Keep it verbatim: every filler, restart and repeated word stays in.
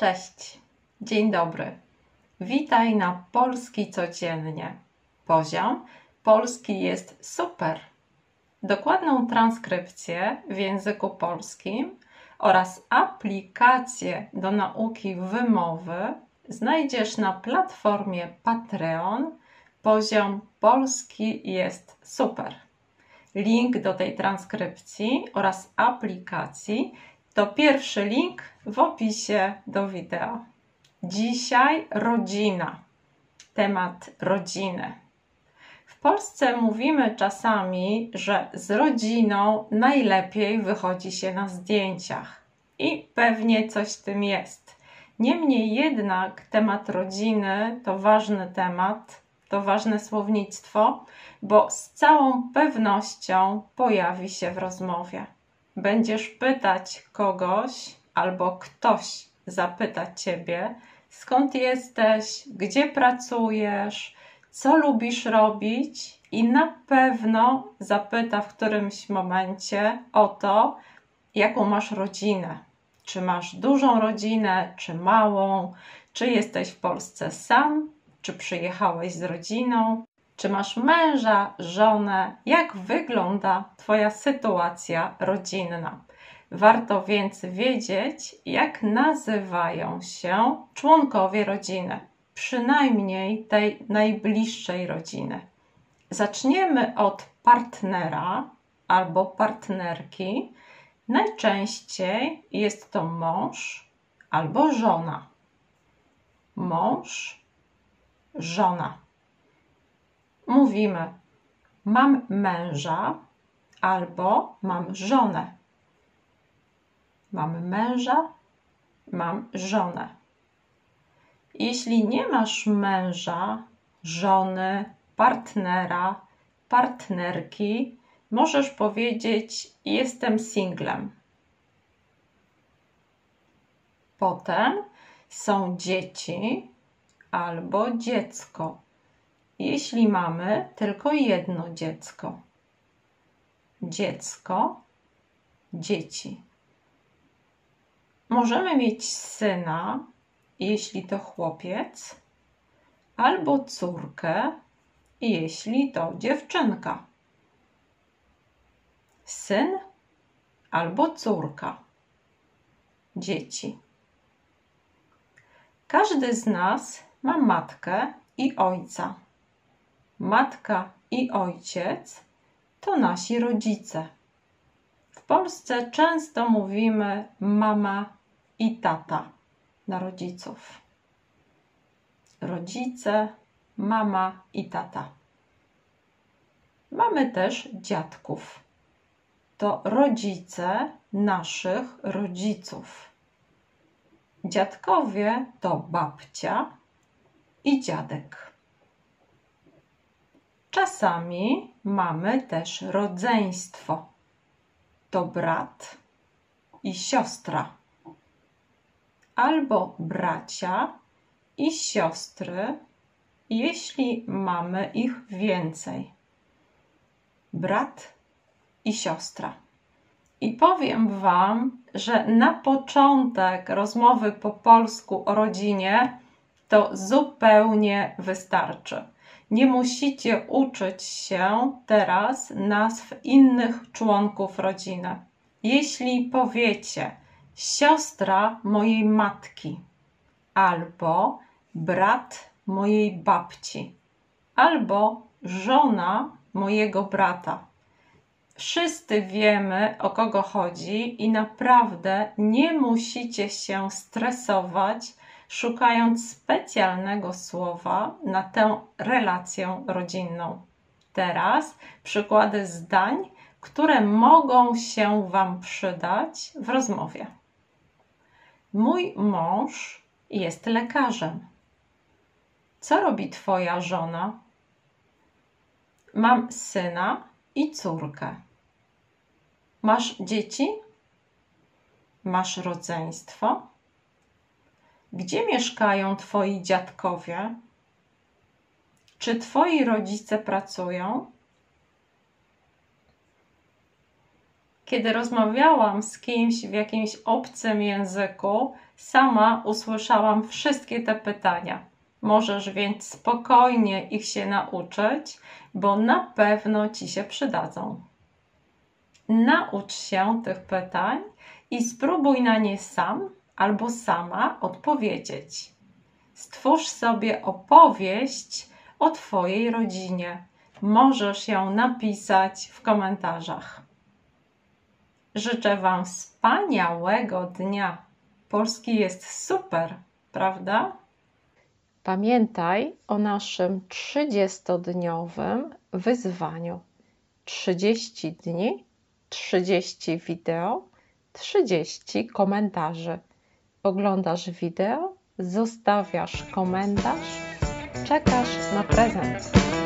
Cześć, dzień dobry. Witaj na Polski Codziennie. Poziom polski jest super. Dokładną transkrypcję w języku polskim oraz aplikację do nauki wymowy znajdziesz na platformie Patreon. Poziom polski jest super. Link do tej transkrypcji oraz aplikacji to pierwszy link w opisie do wideo. Dzisiaj rodzina. Temat rodziny. W Polsce mówimy czasami, że z rodziną najlepiej wychodzi się na zdjęciach. I pewnie coś w tym jest. Niemniej jednak temat rodziny to ważny temat, to ważne słownictwo, bo z całą pewnością pojawi się w rozmowie. Będziesz pytać kogoś albo ktoś zapyta Ciebie, skąd jesteś, gdzie pracujesz, co lubisz robić i na pewno zapyta w którymś momencie o to, jaką masz rodzinę. Czy masz dużą rodzinę, czy małą, czy jesteś w Polsce sam, czy przyjechałeś z rodziną, czy masz męża, żonę, jak wygląda Twoja sytuacja rodzinna. Warto więc wiedzieć, jak nazywają się członkowie rodziny, przynajmniej tej najbliższej rodziny. Zaczniemy od partnera albo partnerki. Najczęściej jest to mąż albo żona. Mąż, żona. Mówimy, mam męża albo mam żonę. Mam męża, mam żonę. Jeśli nie masz męża, żony, partnera, partnerki, możesz powiedzieć, jestem singlem. Potem są dzieci albo dziecko. Jeśli mamy tylko jedno dziecko. Dziecko, dzieci. Możemy mieć syna, jeśli to chłopiec, albo córkę, jeśli to dziewczynka. Syn albo córka. Dzieci. Każdy z nas ma matkę i ojca. Matka i ojciec to nasi rodzice. W Polsce często mówimy mama i tata na rodziców. Rodzice, mama i tata. Mamy też dziadków. To rodzice naszych rodziców. Dziadkowie to babcia i dziadek. Czasami mamy też rodzeństwo. To brat i siostra. Albo bracia i siostry, jeśli mamy ich więcej. Brat i siostra. I powiem Wam, że na początek rozmowy po polsku o rodzinie to zupełnie wystarczy. Nie musicie uczyć się teraz nazw innych członków rodziny. Jeśli powiecie siostra mojej matki, albo brat mojej babci, albo żona mojego brata. Wszyscy wiemy, o kogo chodzi i naprawdę nie musicie się stresować, szukając specjalnego słowa na tę relację rodzinną. Teraz przykłady zdań, które mogą się Wam przydać w rozmowie. Mój mąż jest lekarzem. Co robi Twoja żona? Mam syna i córkę. Masz dzieci? Masz rodzeństwo? Gdzie mieszkają Twoi dziadkowie? Czy Twoi rodzice pracują? Kiedy rozmawiałam z kimś w jakimś obcym języku, sama usłyszałam wszystkie te pytania. Możesz więc spokojnie ich się nauczyć, bo na pewno Ci się przydadzą. Naucz się tych pytań i spróbuj na nie sam albo sama odpowiedzieć. Stwórz sobie opowieść o Twojej rodzinie. Możesz ją napisać w komentarzach. Życzę Wam wspaniałego dnia. Polski jest super, prawda? Pamiętaj o naszym trzydziestodniowym wyzwaniu. trzydzieści dni, trzydzieści wideo, trzydzieści komentarzy. Oglądasz wideo, zostawiasz komentarz, czekasz na prezent.